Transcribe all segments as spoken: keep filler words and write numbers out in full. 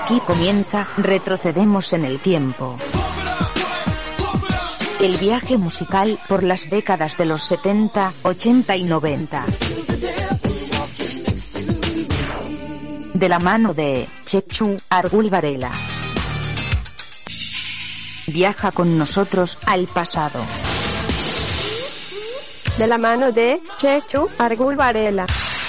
Aquí comienza Retrocedemos en el tiempo. El viaje musical por las décadas de los setenta, ochenta y noventa. De la mano de Chechu Argul Varela. Viaja con nosotros al pasado. De la mano de Chechu Argul Varela.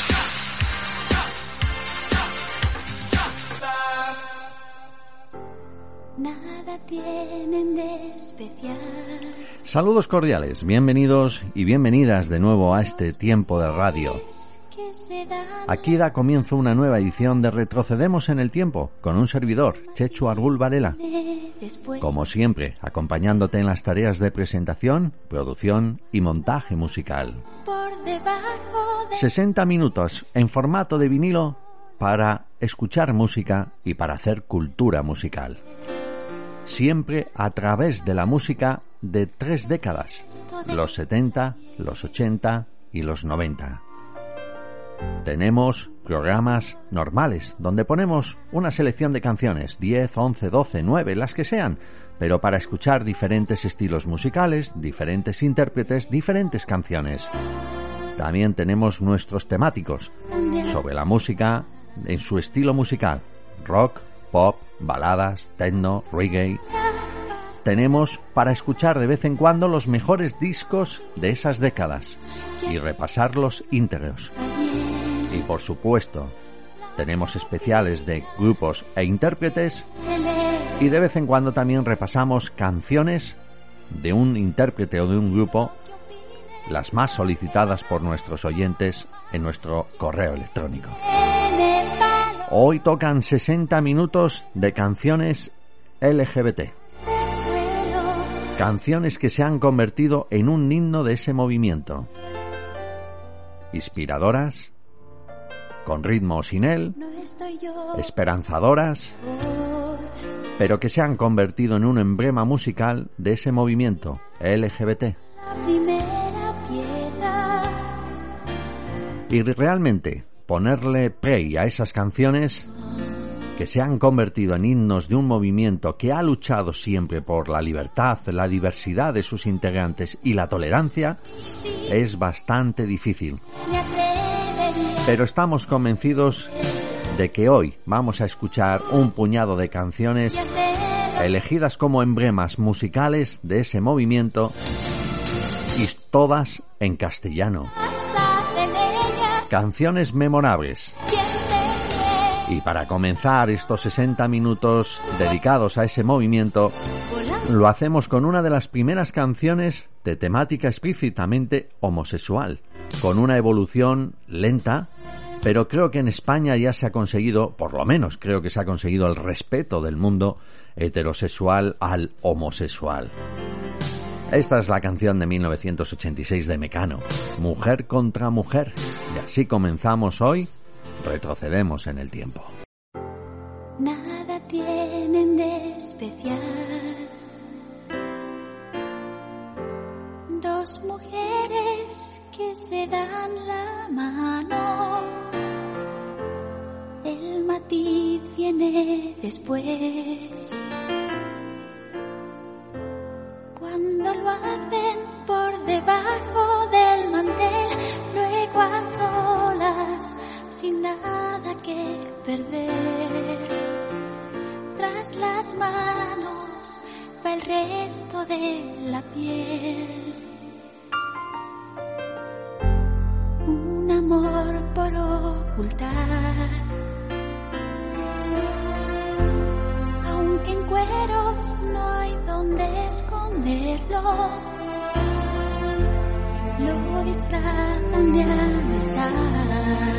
Nada tienen de especial. Saludos cordiales, bienvenidos y bienvenidas de nuevo a este tiempo de radio. Aquí da comienzo una nueva edición de Retrocedemos en el tiempo, con un servidor, Chechu Argul Varela. Como siempre, acompañándote en las tareas de presentación, producción y montaje musical. sesenta minutos en formato de vinilo para escuchar música y para hacer cultura musical. Siempre a través de la música de tres décadas, los setenta, los ochenta y los noventa. Tenemos programas normales, donde ponemos una selección de canciones, diez, once, doce, nueve, las que sean, pero para escuchar diferentes estilos musicales, diferentes intérpretes, diferentes canciones. También tenemos nuestros temáticos, sobre la música en su estilo musical, rock, pop, baladas, techno, reggae. Tenemos para escuchar de vez en cuando los mejores discos de esas décadas y repasarlos íntegros. Y por supuesto, tenemos especiales de grupos e intérpretes y de vez en cuando también repasamos canciones de un intérprete o de un grupo, las más solicitadas por nuestros oyentes en nuestro correo electrónico. Hoy tocan sesenta minutos de canciones L G B T. Canciones que se han convertido en un himno de ese movimiento. Inspiradoras, con ritmo o sin él, esperanzadoras, pero que se han convertido en un emblema musical de ese movimiento L G B T. Y realmente ponerle play a esas canciones que se han convertido en himnos de un movimiento que ha luchado siempre por la libertad, la diversidad de sus integrantes y la tolerancia, es bastante difícil. Pero estamos convencidos de que hoy vamos a escuchar un puñado de canciones elegidas como emblemas musicales de ese movimiento y todas en castellano. Canciones memorables. Y para comenzar estos sesenta minutos dedicados a ese movimiento, lo hacemos con una de las primeras canciones de temática explícitamente homosexual, con una evolución lenta, pero creo que en España ya se ha conseguido, por lo menos creo que se ha conseguido el respeto del mundo heterosexual al homosexual. Esta es la canción de mil novecientos ochenta y seis de Mecano, Mujer contra Mujer, y así comenzamos hoy. Retrocedemos en el tiempo. Nada tienen de especial. Dos mujeres que se dan la mano. El matiz viene después. Cuando lo hacen por debajo del mantel, luego a solas, sin nada que perder. Tras las manos va el resto de la piel. Un amor por ocultar. Aunque en cueros no hay donde esconderlo, lo disfrazan de amistad.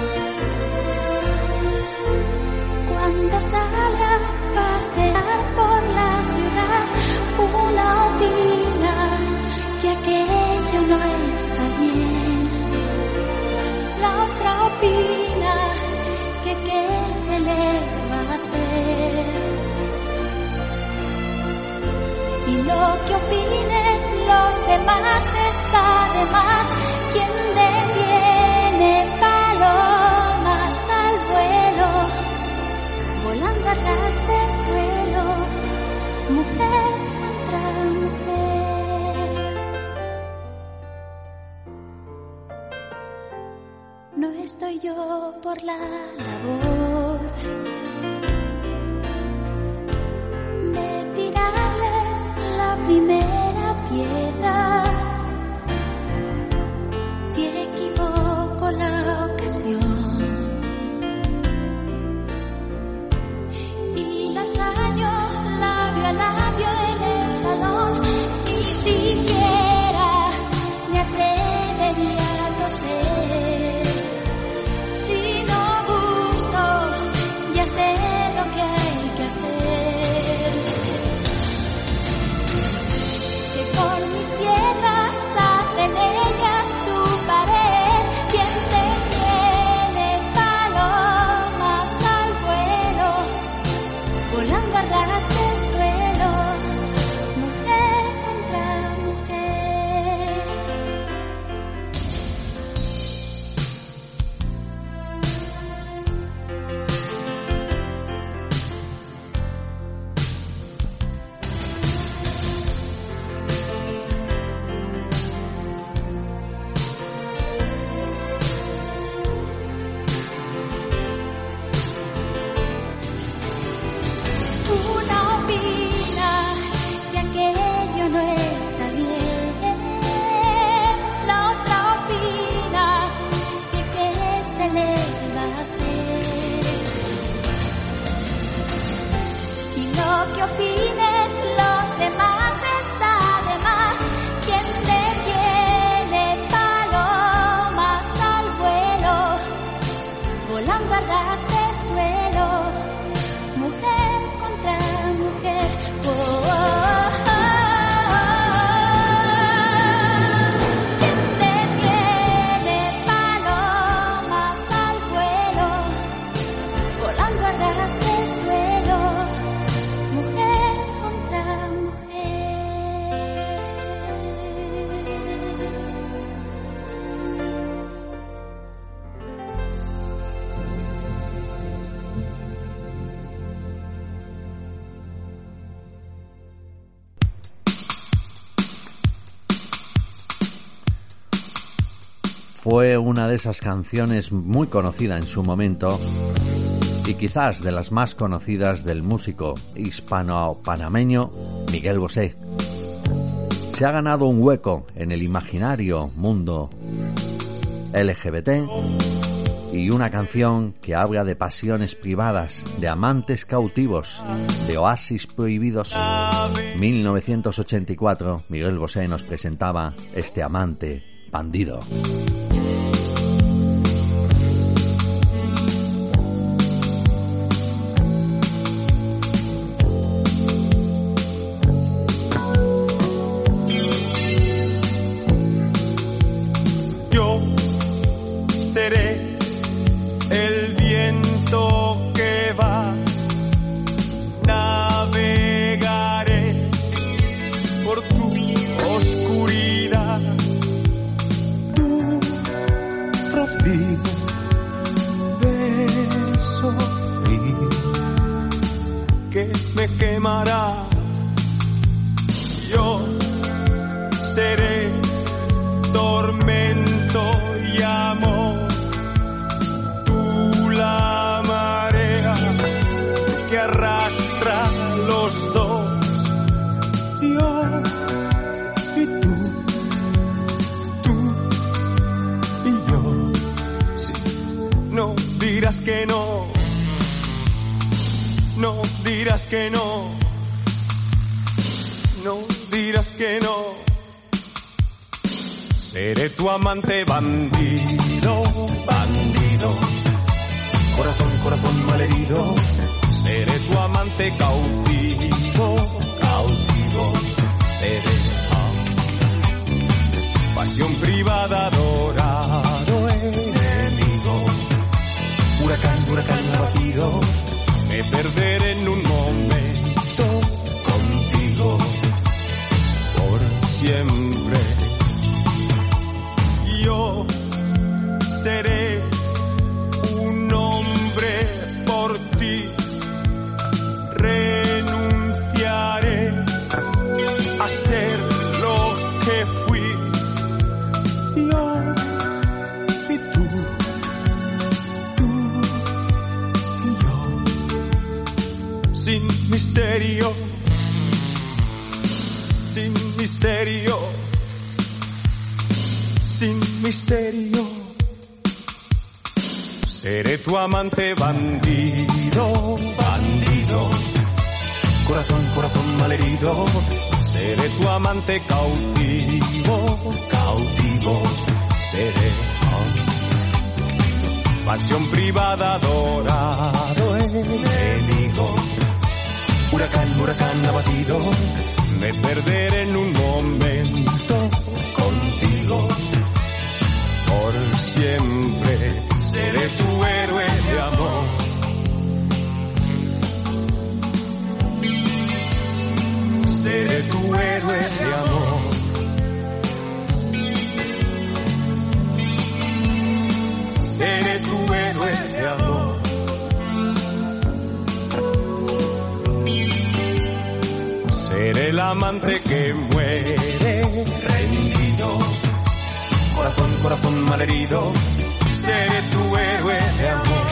Cuando sale a pasear por la ciudad, una opina que aquello no está bien. La otra opina que qué se le va a hacer. Y lo que opinen los demás está de más. Quien detiene palomas al vuelo, volando a yo por la labor de tirarles la primera piedra. Si equivoco la ocasión y las año labio a labio en el salón, ni siquiera me atrevería a toser. Si no gusto, ya sé lo que hay que hacer. Que con mis piedras hace leña su pared. Quien te tiene palomas al vuelo, volando a ras de suelo, mujer contra mujer. Una opina que aquello no está bien, la otra opina que qué se le va a hacer. Y lo que opinen los demás está de más. Quien te tiene palomas al vuelo, volando a ras de suelo, mujer contra mujer. Oh, oh, oh, oh. Quien te tiene palomas al vuelo, volando a ras de suelo, mujer contra mujer. Fue una de esas canciones muy conocida en su momento y quizás de las más conocidas del músico hispano-panameño Miguel Bosé. Se ha ganado un hueco en el imaginario mundo L G B T y una canción que habla de pasiones privadas, de amantes cautivos, de oasis prohibidos. mil novecientos ochenta y cuatro, Miguel Bosé nos presentaba este amante bandido. Seré el viento que va, navegaré por tu oscuridad, tu rocío, beso frío que me quemará. Yo seré tormento y amor, tú la marea que arrastra los dos, yo y tú, tú y yo. Sí, no dirás que no, no dirás que no, no dirás que no. Seré tu amante bandido, bandido, corazón, corazón malherido. Seré tu amante cautivo, cautivo. Seré ah, pasión privada, adorado enemigo. Huracán, huracán abatido. Me perderé en un momento contigo por siempre. Yo seré un hombre por ti, renunciaré a ser lo que fui. Yo y tú, sin misterio, sin misterio, sin misterio. Seré tu amante bandido, bandido, corazón, corazón malherido. Seré tu amante cautivo, cautivo. Seré oh. Pasión privada, adorado enemigo. Huracán, huracán abatido. Me perderé en un momento contigo. Por siempre seré tu héroe de amor. Seré tu héroe de amor. Seré tu héroe de amor. Seré el amante que muere rendido. Corazón, corazón malherido. Seré tu héroe de amor.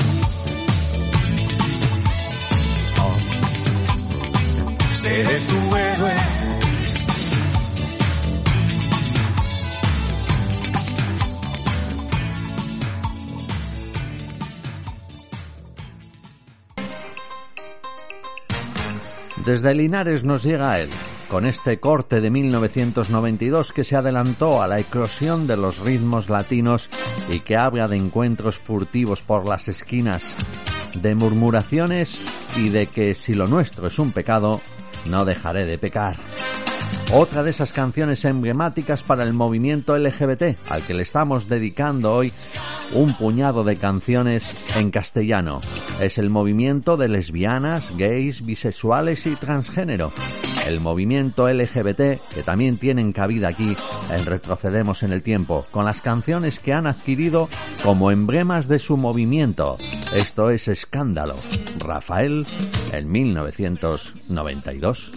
Oh. Seré tu héroe. Desde Linares nos llega él, con este corte de mil novecientos noventa y dos que se adelantó a la eclosión de los ritmos latinos y que habla de encuentros furtivos por las esquinas, de murmuraciones y de que si lo nuestro es un pecado, no dejaré de pecar. Otra de esas canciones emblemáticas para el movimiento L G B T, al que le estamos dedicando hoy un puñado de canciones en castellano. Es el movimiento de lesbianas, gays, bisexuales y transgénero. El movimiento L G B T, que también tienen cabida aquí en Retrocedemos en el Tiempo, con las canciones que han adquirido como emblemas de su movimiento. Esto es Escándalo, Rafael, en mil novecientos noventa y dos.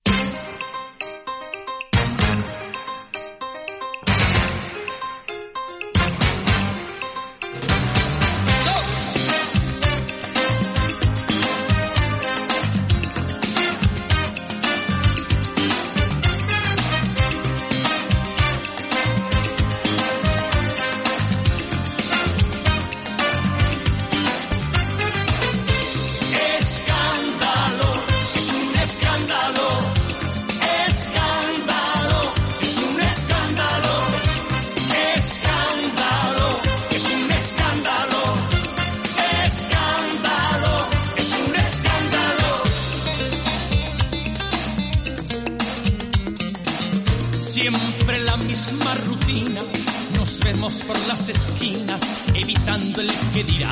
Siempre la misma rutina, nos vemos por las esquinas, evitando el que dirá.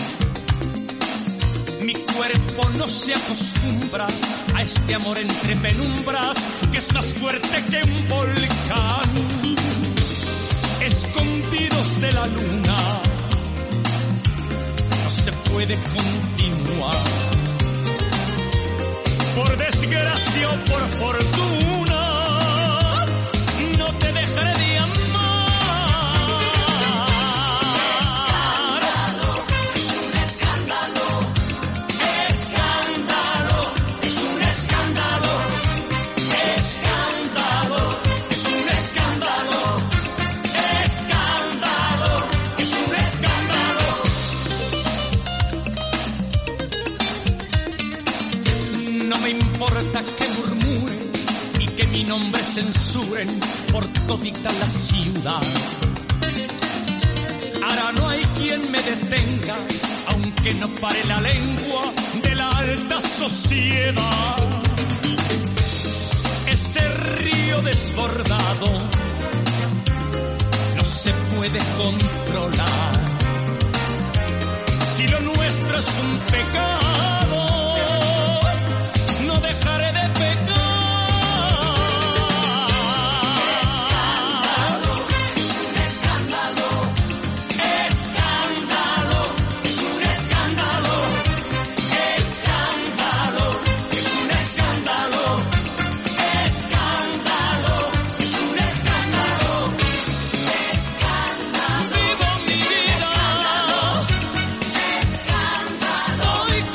Mi cuerpo no se acostumbra a este amor entre penumbras, que es más fuerte que un volcán. Escondidos de la luna, no se puede continuar. Por desgracia o por fortuna, no te dejaré de amar. Escándalo, es un escándalo. Escándalo, es un escándalo. Escándalo, es un escándalo. Escándalo, es un escándalo. No me importa que murmuren y que mi nombre censuren por todita la ciudad. Ahora no hay quien me detenga, aunque no pare la lengua de la alta sociedad. Este río desbordado no se puede controlar. Si lo nuestro es un pecado, no dejaré de pecar. Soy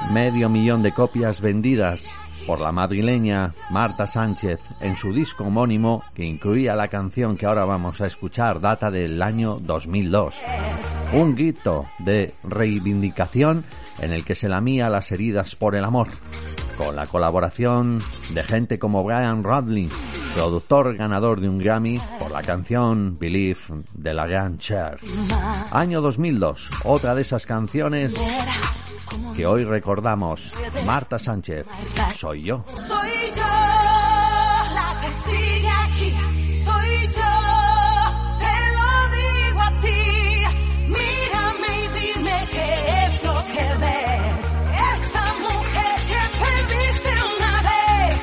Medio millón de copias vendidas por la madrileña Marta Sánchez en su disco homónimo, que incluía la canción que ahora vamos a escuchar, data del año dos mil dos. Un grito de reivindicación en el que se lamía las heridas por el amor, con la colaboración de gente como Brian Rodley, productor ganador de un Grammy por la canción Believe de la gran Cher. Año dos mil dos, otra de esas canciones que hoy recordamos. Marta Sánchez, Soy yo. Soy yo la que sigue aquí, soy yo, te lo digo a ti. Mírame y dime qué es lo que ves. Esa mujer que perdiste una vez.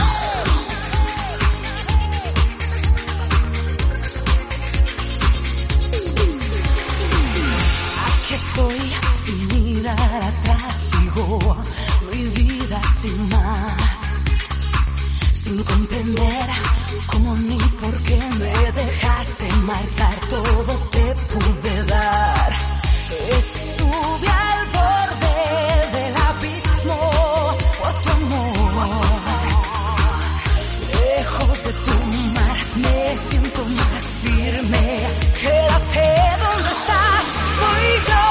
Aquí estoy sin mirar atrás, sigo mi vida sin más, sin comprender cómo ni por qué me dejaste marchar. Todo te pude dar, estuve al borde del abismo por tu amor. Lejos de tu mar me siento más firme. Quédate donde estás, soy yo.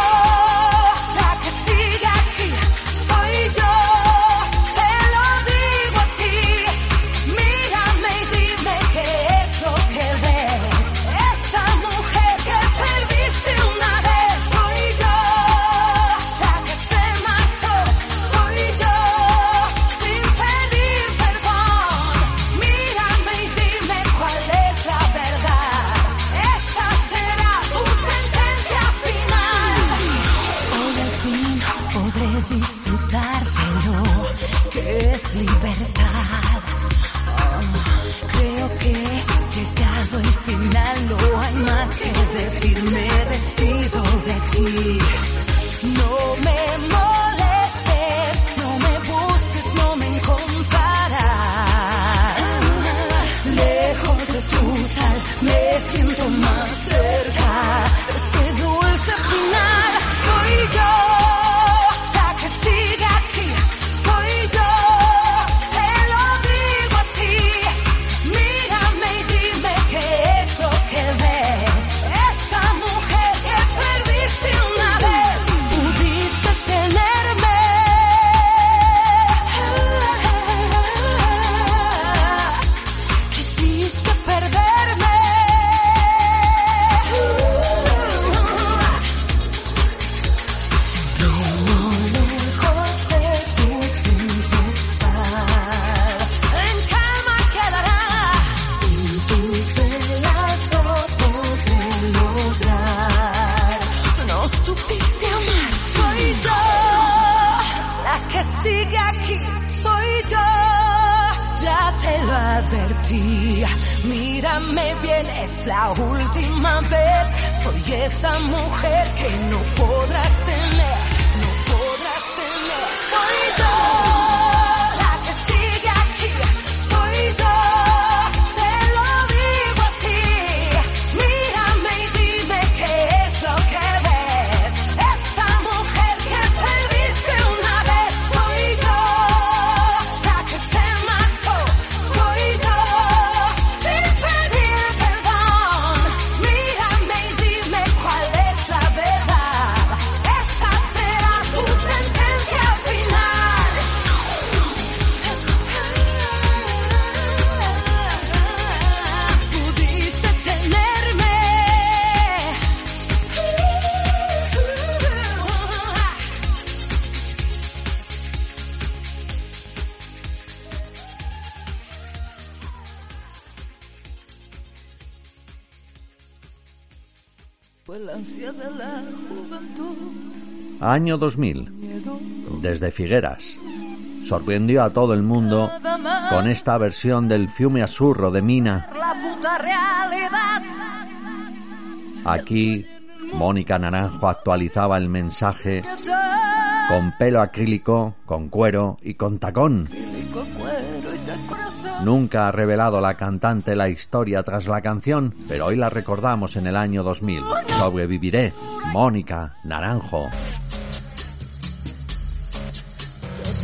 Mírame bien, es la última vez. Soy esa mujer que no podrás tener, no podrás tener. Soy yo la que sigue aquí, soy yo, te lo digo a ti. Mírame y dime qué es lo que ves. Esa mujer que perdiste una vez. Soy yo la que se mató, soy yo. Año dos mil. Desde Figueras. Sorprendió a todo el mundo con esta versión del Fiume Azzurro de Mina. Aquí, Mónica Naranjo actualizaba el mensaje con pelo acrílico, con cuero y con tacón. Nunca ha revelado la cantante la historia tras la canción, pero hoy la recordamos en el año dos mil. Sobreviviré, Mónica Naranjo.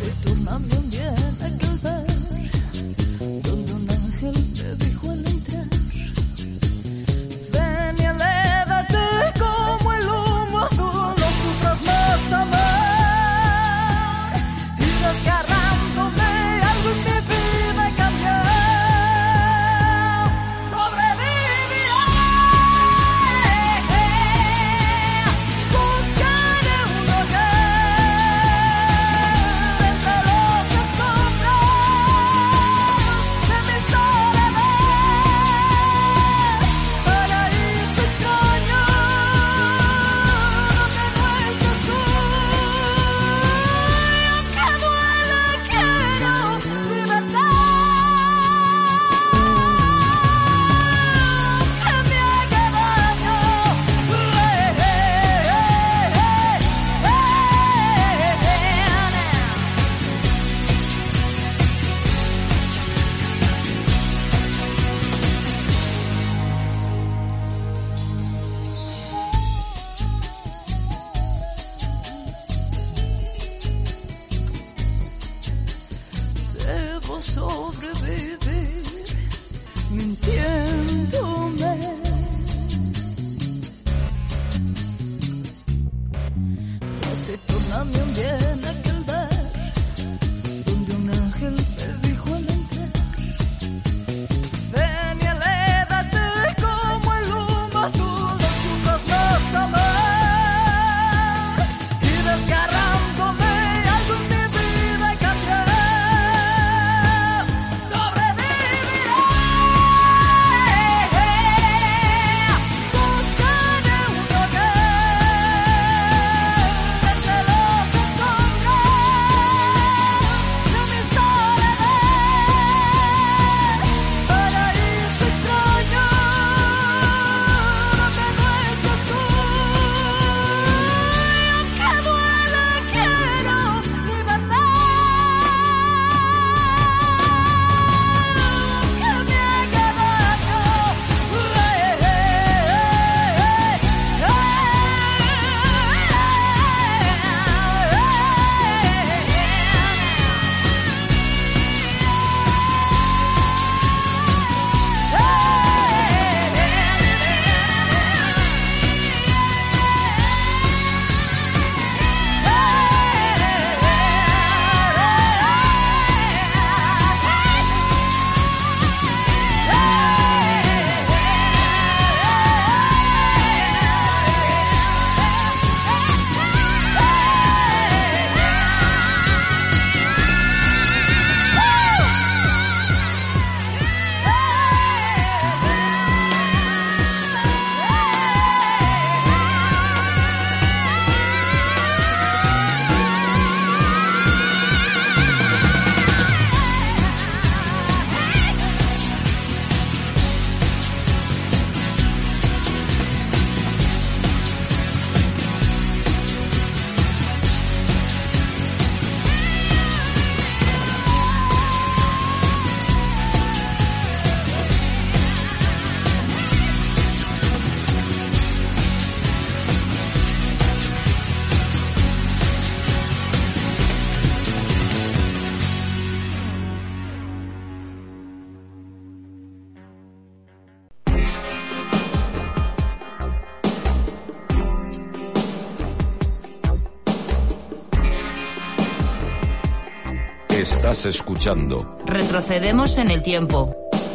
Estás escuchando Retrocedemos en el tiempo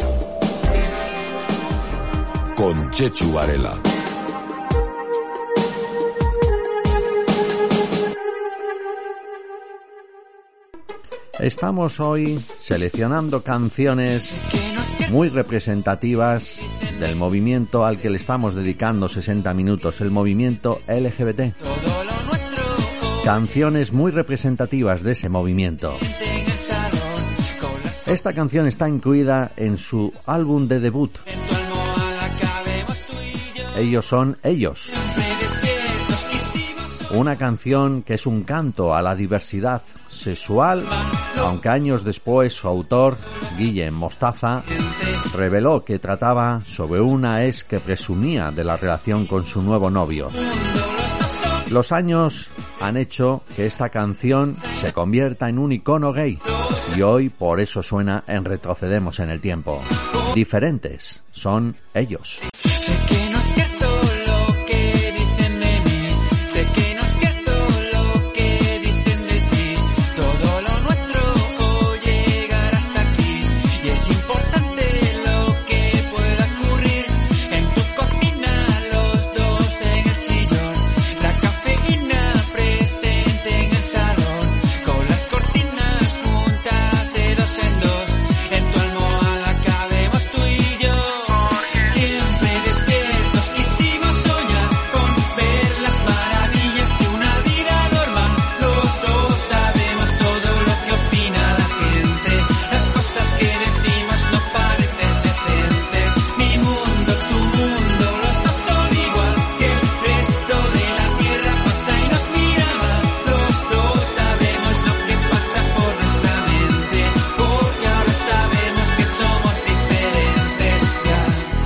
con Chechu Varela. Estamos hoy seleccionando canciones muy representativas del movimiento al que le estamos dedicando sesenta minutos, el movimiento L G B T. Canciones muy representativas de ese movimiento. Esta canción está incluida en su álbum de debut. Ellos son Ellos. Una canción que es un canto a la diversidad sexual, aunque años después su autor, Guillem Mostaza, reveló que trataba sobre una ex que presumía de la relación con su nuevo novio. Los años han hecho que esta canción se convierta en un icono gay. Y hoy por eso suena en Retrocedemos en el Tiempo. Diferentes son ellos. Sé que no es cierto lo que dicen de mí, sé que no es cierto lo que dicen de ti. Todo lo nuestro hoy llegará hasta aquí y es importante lo que pueda ocurrir en tu cocina, los dos en el sillón, la cafeína presente en el salón, con las cortinas juntas de dos en dos, en tu almohada cabemos tú y yo. Siempre despiertos quisimos soñar con ver las maravillas de una vida normal. Los dos sabemos todo lo que opina la gente, las cosas que decimos no parecen decentes. Mi mundo, tu mundo, los dos son igual. Si el resto de la tierra pasa y nos mira mal, los dos sabemos lo que pasa por nuestra mente, porque ahora sabemos que somos diferentes ya.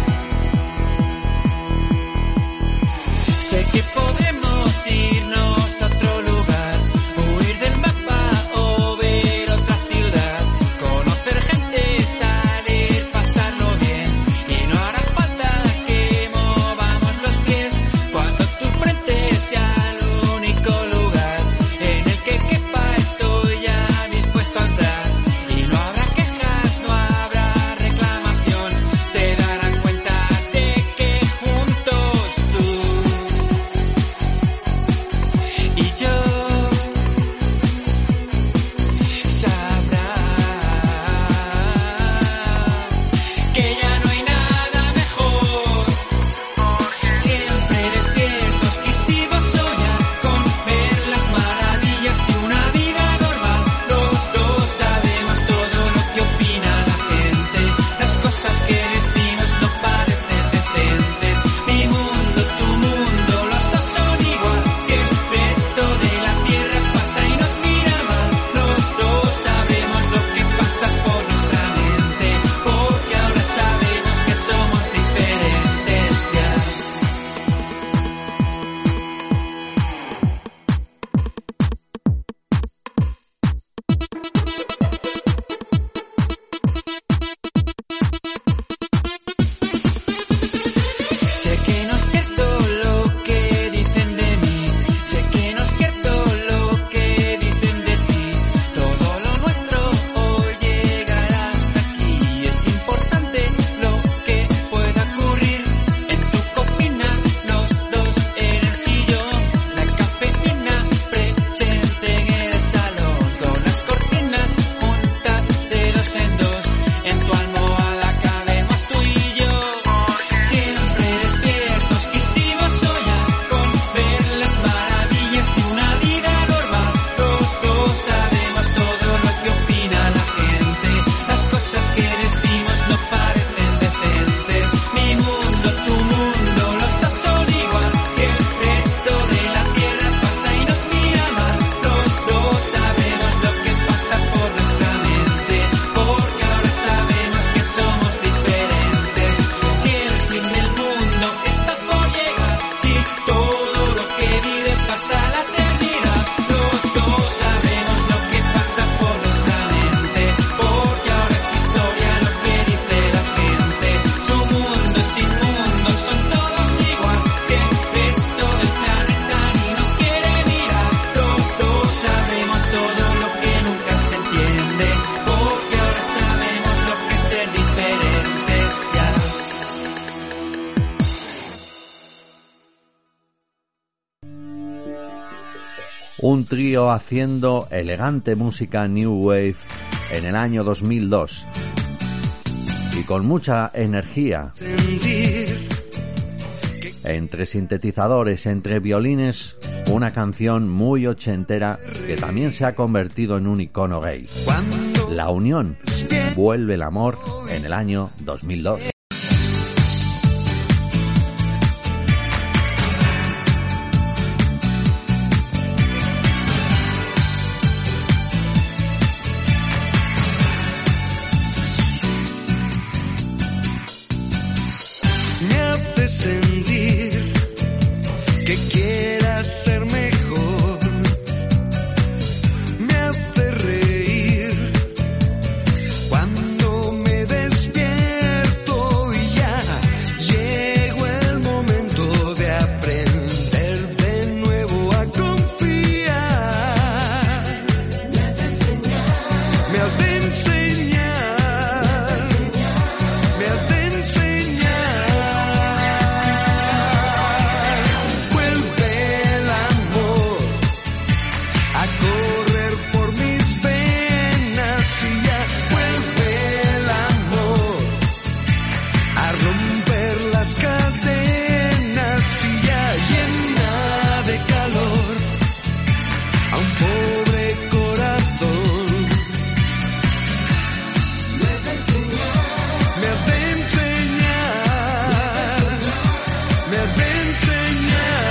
Sé que podemos irnos a otro lugar, huir del mapa o ver otra ciudad, conocer gente, salir, pasarlo bien, y no hará falta que movamos los pies cuando tu frente sea el único lugar en el que quepa. Estoy ya dispuesto a andar y no habrá quejas, no habrá reclamación, se darán cuenta de que juntos tú y yo sabrá que ya no hay nada mejor. Siempre despiertos quisimos soñar con ver las maravillas de una vida normal. Los dos sabemos todo lo que opina la gente, las cosas que decimos no parecen decentes. Mi mundo, tu mundo, los dos son igual. Si el resto de la tierra pasa y nos mira mal, los dos sabemos lo que pasa por nuestra mente, porque ahora sabemos que somos diferentes ya. Sé que no es cierto lo que dicen de mí, sé que no es cierto lo que dicen de ti. Todo lo nuestro hoy llegará hasta aquí y es importante lo que pueda ocurrir en tu cocina, los dos en el sillón, la cafeína presente en el salón, con las cortinas juntas de dos en dos, en tu almohada cabemos tú y yo. Siempre despiertos quisimos soñar con ver las maravillas de una vida normal. Los dos sabemos todo lo que opina la gente, las cosas que decimos no parecen decentes. Mi mundo, tu mundo, los dos son igual. Si el resto de la tierra pasa y nos mira mal, los dos sabemos lo que pasa por nuestra mente, porque ahora sabemos que somos diferentes. Si el fin del mundo está por llegar, si todo lo que vive pasa a la eternidad, los dos sabemos lo que pasa por nuestra mente, porque ahora es historia lo que dice la gente. Su mundo y sin mundo son todos igual. Si el resto del planeta ni nos quiere mirar, los dos sabemos todo lo que nunca se entiende, porque ahora sabemos lo que es ser diferente ya. Un trío haciendo elegante música New Wave en el año dos mil dos y con mucha energía, entre sintetizadores, entre violines, una canción muy ochentera que también se ha convertido en un icono gay. La unión, vuelve el amor en el año dos mil dos. Me hace sentir que quieras ser mejor. me has de enseñar.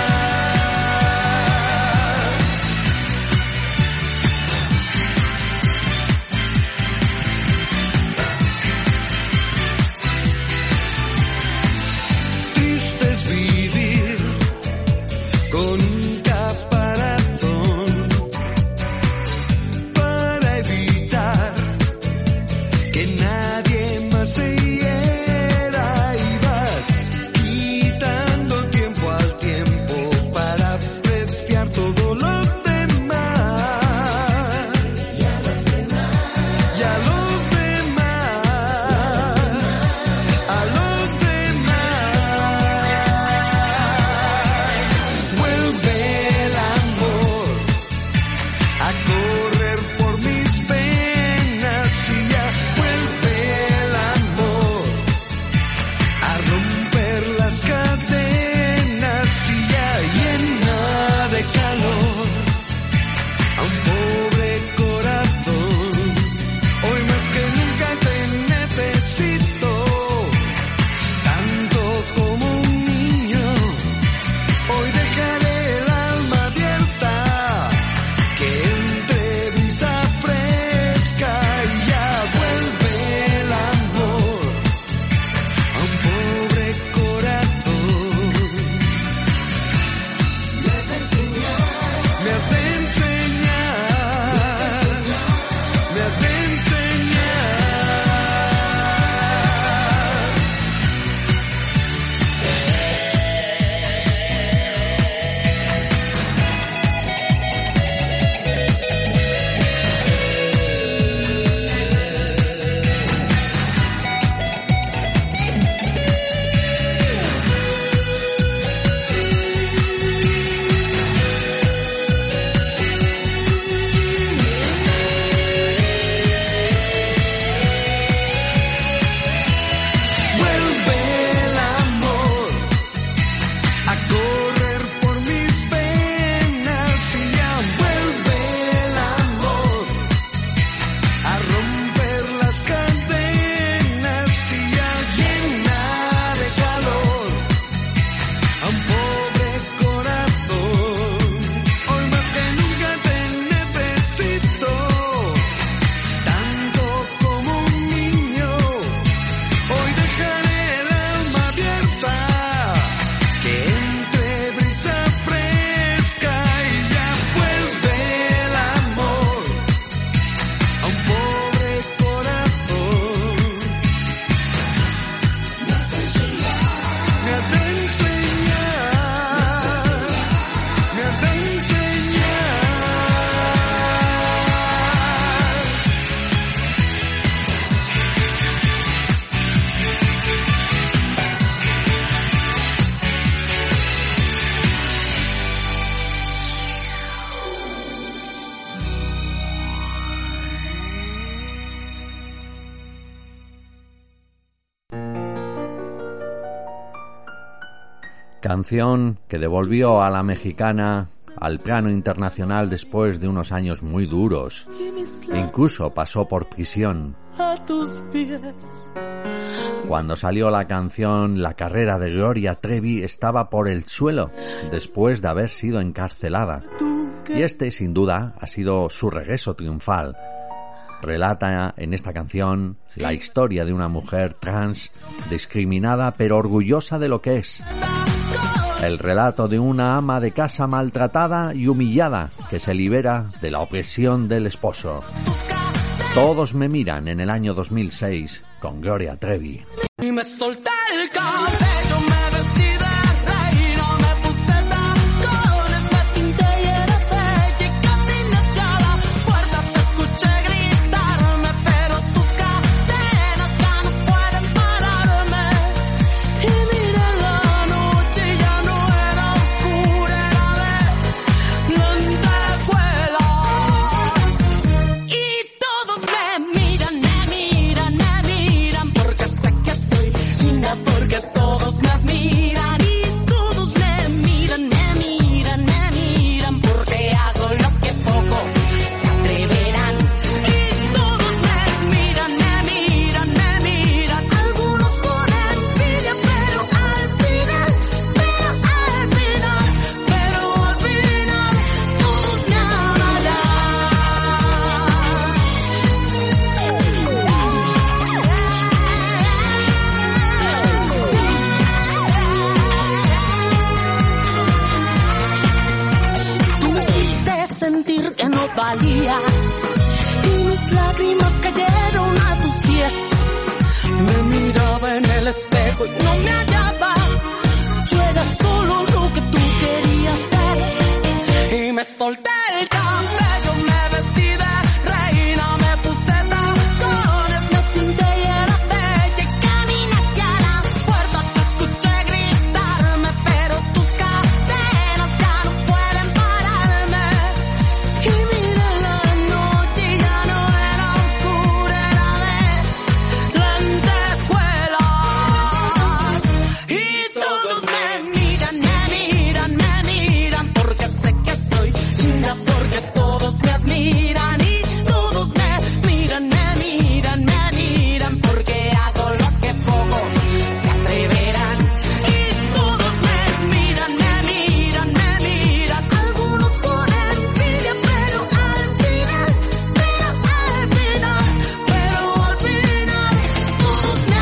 Triste es vivir con un caparazón para evitar que nadie más se hiera, y vas quitando tiempo al tiempo para apreciar todo lo demás. Y a los demás, y a los demás, a los demás. Vuelve el amor a correr por mis venas, y ya vuelve el amor a romper las cadenas, y ya llena de calor a un pobre corazón. Hoy más que nunca te necesito, tanto como un niño. Hoy dejaré el alma abierta, que entre brisa fresca, y ya vuelve el amor a un pobre corazón. Me has de enseñar, me has de enseñar, me has de enseñar. Vuelve el amor a correr por mis venas, y ya vuelve el amor a romper las cadenas, y ya llena de calor a un pobre corazón. Hoy más que nunca te necesito, tanto como un niño. Hoy dejaré el alma abierta, que entre brisa fresca, y ya vuelve el amor a un pobre corazón. Me has de enseñar, me has de enseñar. Canción que devolvió a la mexicana al plano internacional después de unos años muy duros. Incluso pasó por prisión. A tus pies. Cuando salió la canción, la carrera de Gloria Trevi estaba por el suelo después de haber sido encarcelada. Y este, sin duda, ha sido su regreso triunfal. Relata en esta canción la historia de una mujer trans discriminada pero orgullosa de lo que es. El relato de una ama de casa maltratada y humillada que se libera de la opresión del esposo. Todos me miran en el año dos mil seis con Gloria Trevi. Y me solté el cabello, me vestí de reina, me puse tacones, me pinté y era bella, y caminé hacia la puerta, te escuché gritarme, pero tus cadenas ya no pueden pararme. Y miré la noche y ya no era oscura, era de lentejuelas. Y todos me miran, me miran, me miran, porque sé que soy linda, porque todo solté el cabello, me vestí de reina, me puse tacones, me pinté y era bella y caminé hacia la puerta. Te escuché gritarme, pero tus cadenas ya no pueden pararme. Y miré la noche y ya no era oscura, era de lentejuelas. Y todos me miran, me miran, me miran, porque sé que soy linda, porque todos me admiran. Y todos me miran, me miran, me miran, porque hago lo que pocos se atreverán. Y todos me miran, me miran, me miran, algunos por envidia, pero al final, pero al final, pero al final, todos me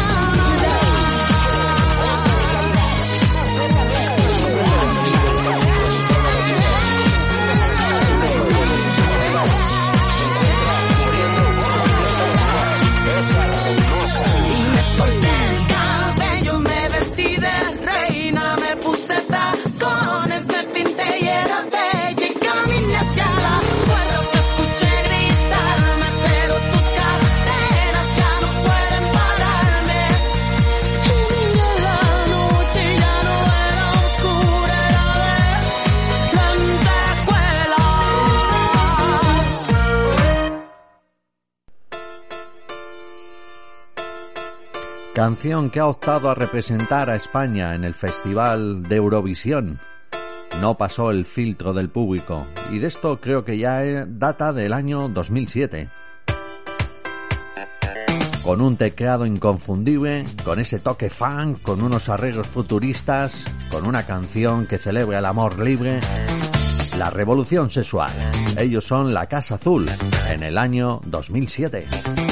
Y me solté el cabello, me vestí de reina, me puse tacones, me pinté y era bella y caminé hacia la puerta. Te escuché gritarme, pero tus cadenas ya no pueden pararme. Y miré la noche y ya no era oscura, era de lentejuelas. Canción que ha optado a representar a España en el Festival de Eurovisión. No pasó el filtro del público, y de esto creo que ya eh, data del año dos mil siete. Con un teclado inconfundible, con ese toque funk, con unos arreglos futuristas, con una canción que celebra el amor libre, la revolución sexual. Ellos son La Casa Azul, en el año dos mil siete.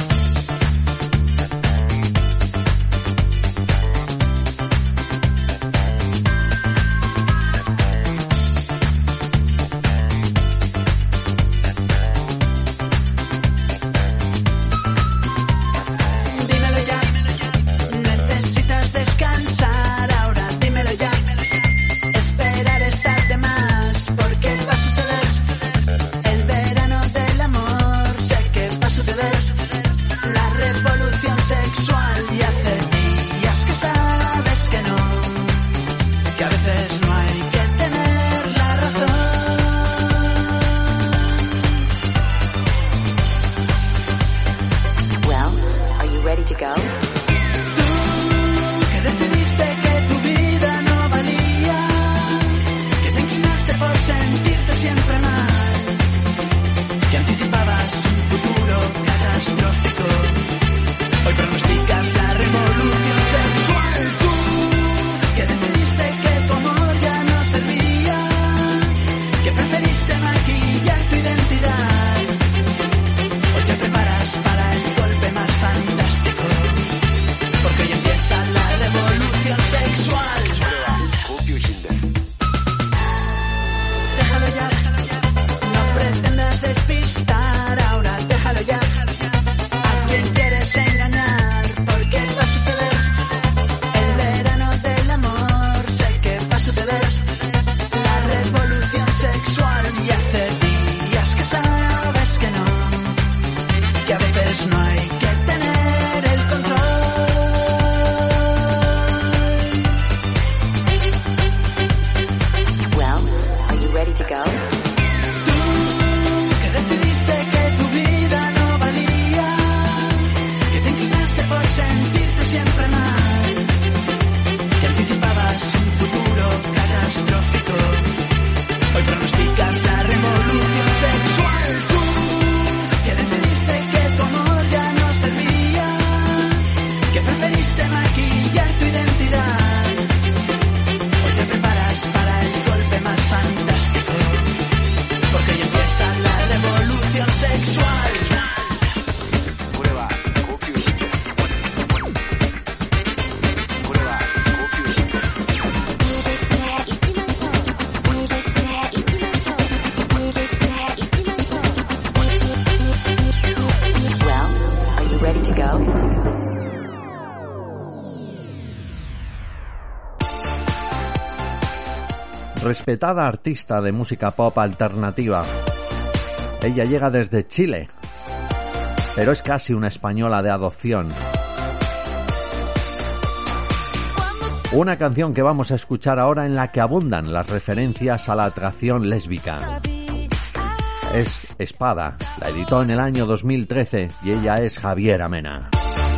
Dímelo ya, necesitas descansar ahora, dímelo ya. Esperar es tarde más, porque va a suceder el verano del amor. Sé que va a suceder la revolución sexual. Y hace días que sabes que no, que a veces no hay que tener la razón. Well, are you ready to go? Que decidiste que tu vida no valía, que te inclinaste por sentirte siempre mal, que anticipabas un futuro catastrófico. Hoy pronosticas la revolución sexual. Tú, que decidiste que tu amor ya no servía, que preferiste maquillar tu identidad. Hoy te preparas para el golpe más fantástico. respetada artista de música pop alternativa. Ella llega desde Chile, pero es casi una española de adopción. Una canción que vamos a escuchar ahora en la que abundan las referencias a la atracción lésbica. Es Espada, la editó en el año dos mil trece y ella es Javiera Mena.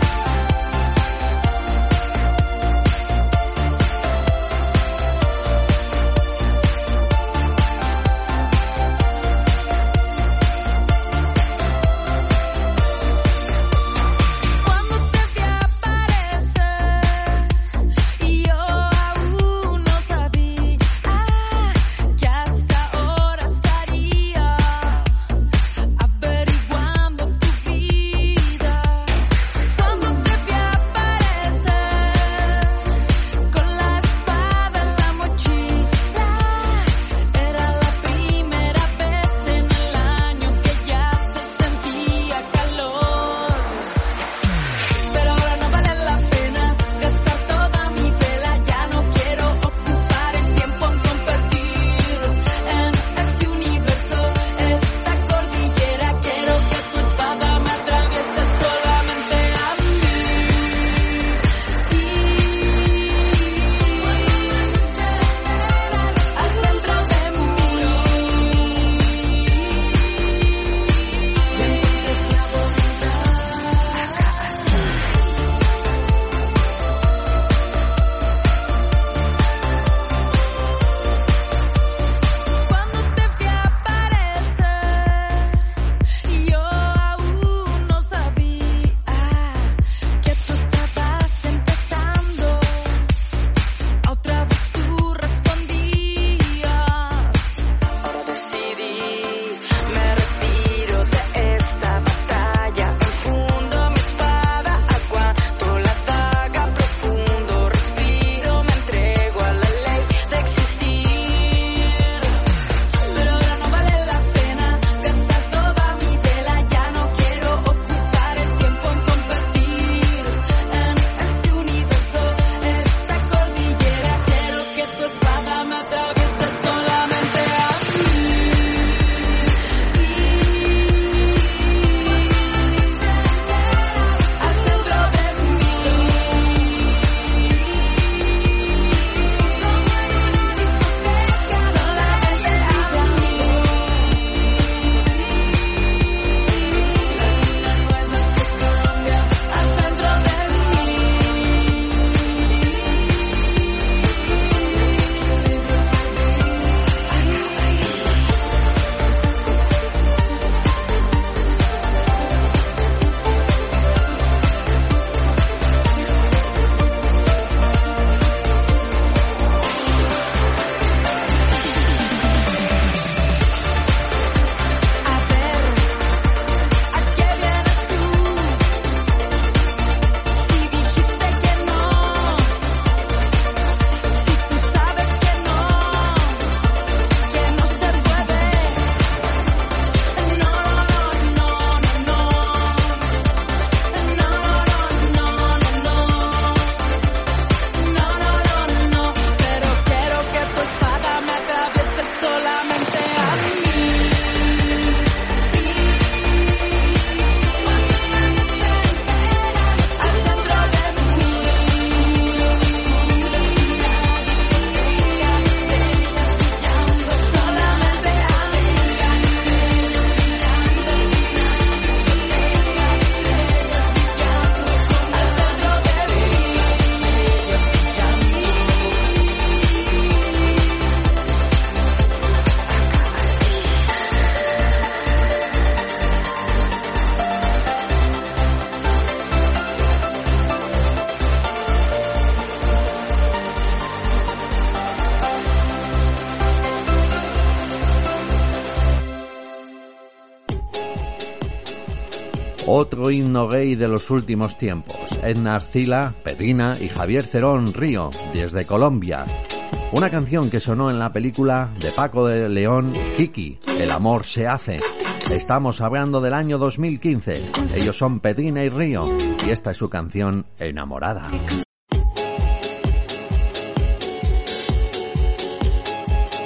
Otro himno gay de los últimos tiempos. Edna Arcila, Pedrina y Javier Cerón Río, desde Colombia. Una canción que sonó en la película de Paco de León, Kiki, El amor se hace. Estamos hablando del año dos mil quince. Ellos son Pedrina y Río, y esta es su canción Enamorada.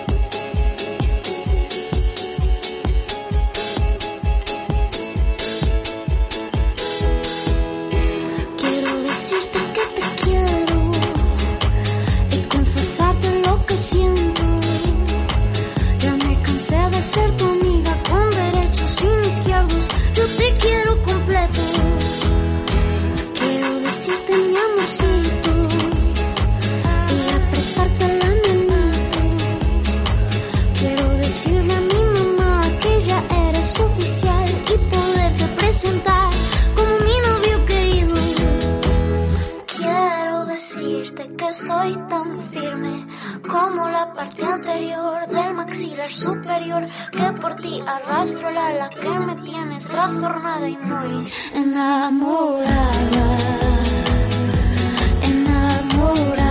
la parte anterior del maxilar superior, que por ti arrastro la ala que me tienes trastornada y muy enamorada, enamorada.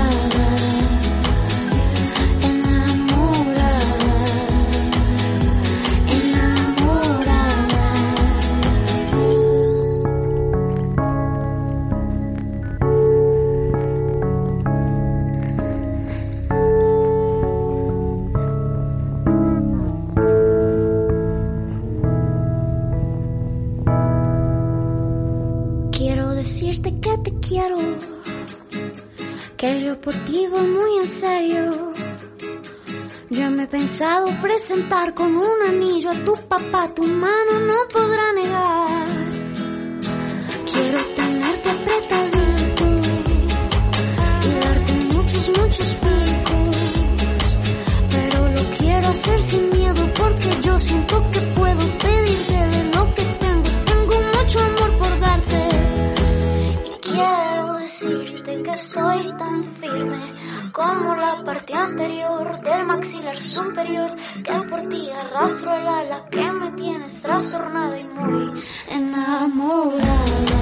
Que te quiero, que yo por ti voy muy en serio. Yo me he pensado presentar con un anillo a tu papá, tu mano no podrá negar. Quiero tenerte apretadito y darte muchos, muchos picos, pero lo quiero hacer sin miedo porque yo siento que puedo pedirte de lo que tengo. Tengo mucho amor por darte. Quiero decirte que estoy tan firme como la parte anterior del maxilar superior, que por ti arrastro el ala que me tienes trastornada y muy enamorada.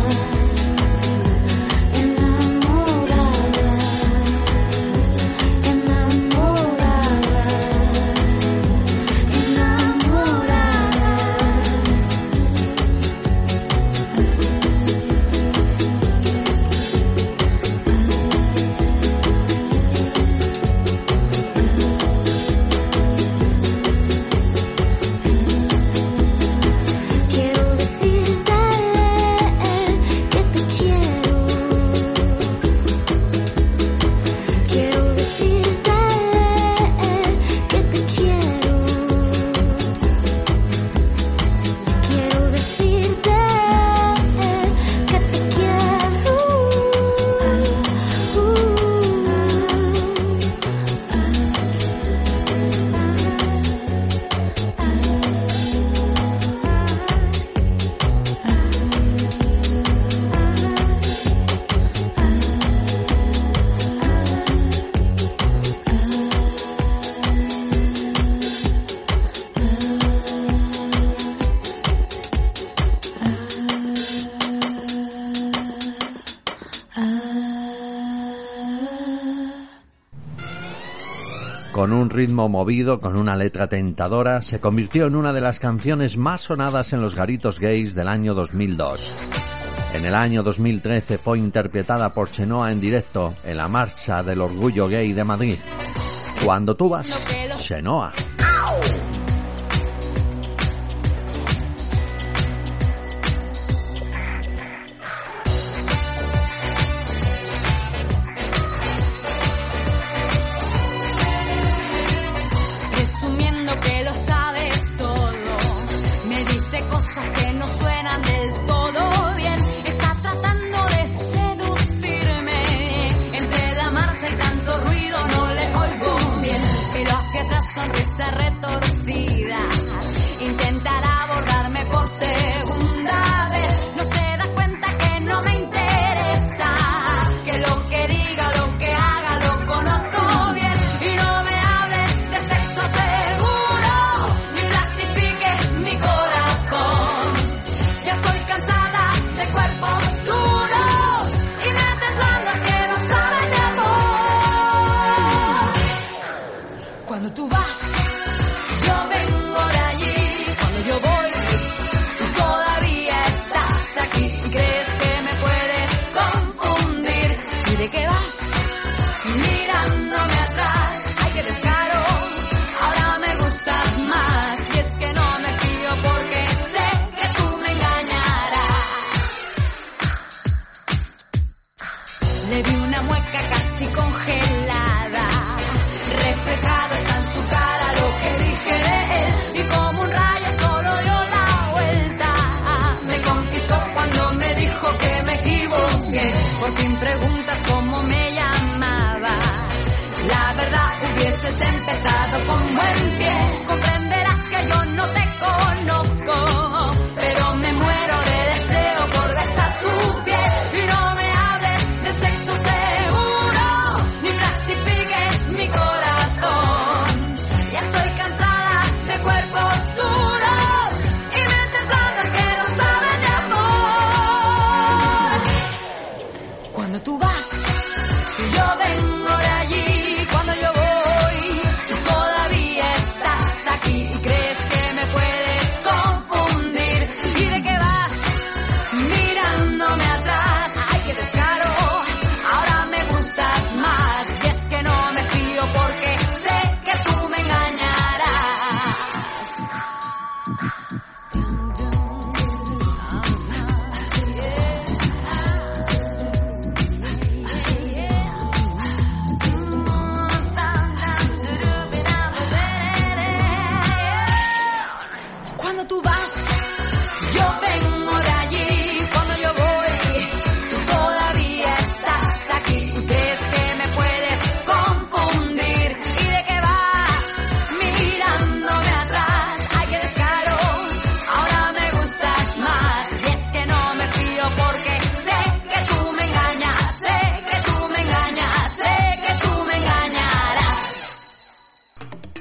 Con un ritmo movido, con una letra tentadora, se convirtió en una de las canciones más sonadas en los garitos gays del año dos mil dos. En el año dos mil trece fue interpretada por Chenoa en directo en la Marcha del Orgullo Gay de Madrid. Cuando tú vas, Chenoa. Sonrisa retorcida, intentará abordarme por segunda vez. No se da cuenta que no me interesa, que lo que diga, lo que haga, lo conozco bien. Y no me hables de sexo seguro, ni plastifiques mi corazón. Ya estoy cansada de cuerpos duros y mentes blandas que no saben de amor. Cuando tú vas, yo vengo de allí. Cuando yo voy, tú todavía estás aquí. Y crees que me puedes confundir. ¿Y de qué vas? Mirándome atrás. Ay, qué descaro, ahora me gustas más. Y es que no me fío porque sé que tú me engañarás. Le vi una mueca casi congelada, reflejado está en su cara lo que dije de él.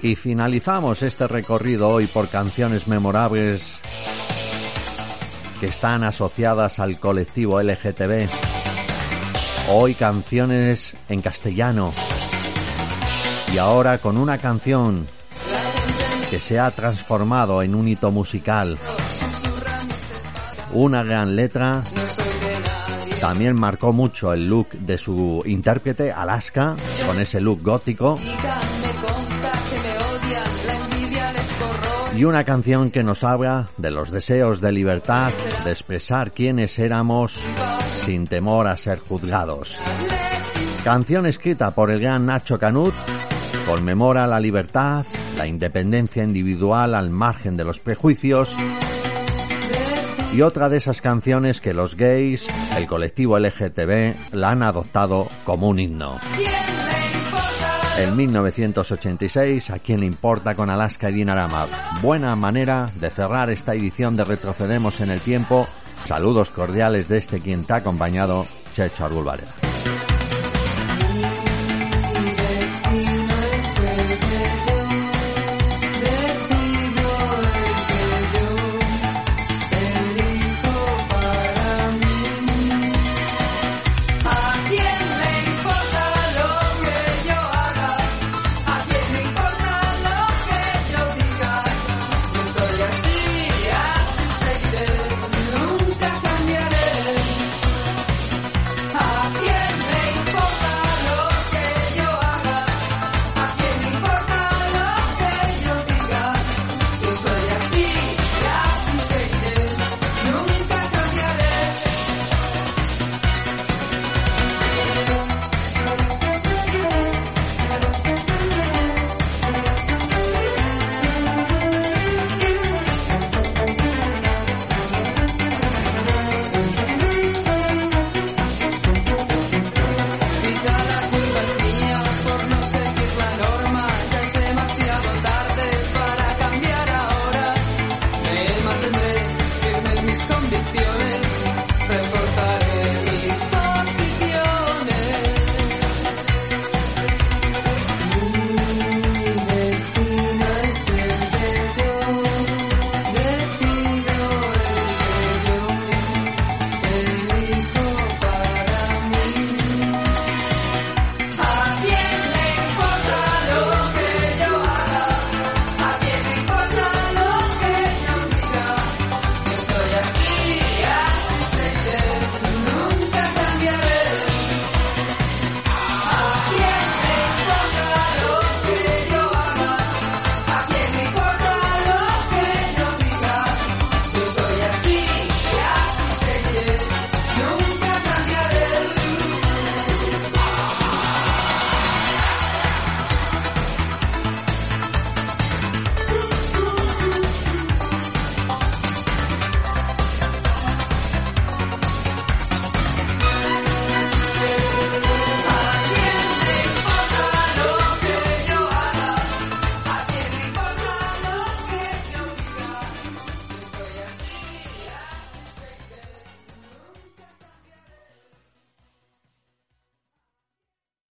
Y finalizamos este recorrido hoy por canciones memorables que están asociadas al colectivo L G T B. Hoy canciones en castellano. Y ahora con una canción que se ha transformado en un hito musical. Una gran letra. También marcó mucho el look de su intérprete, Alaska, con ese look gótico. Y una canción que nos habla de los deseos de libertad, de expresar quiénes éramos sin temor a ser juzgados. Canción escrita por el gran Nacho Canut, conmemora la libertad, la independencia individual al margen de los prejuicios. Y otra de esas canciones que los gays, el colectivo L G T B, la han adoptado como un himno. En mil novecientos ochenta y seis, ¿a quién le importa? Con Alaska y Dinarama. Buena manera de cerrar esta edición de Retrocedemos en el Tiempo. Saludos cordiales de este quien te ha acompañado, Chechu Argul Varela.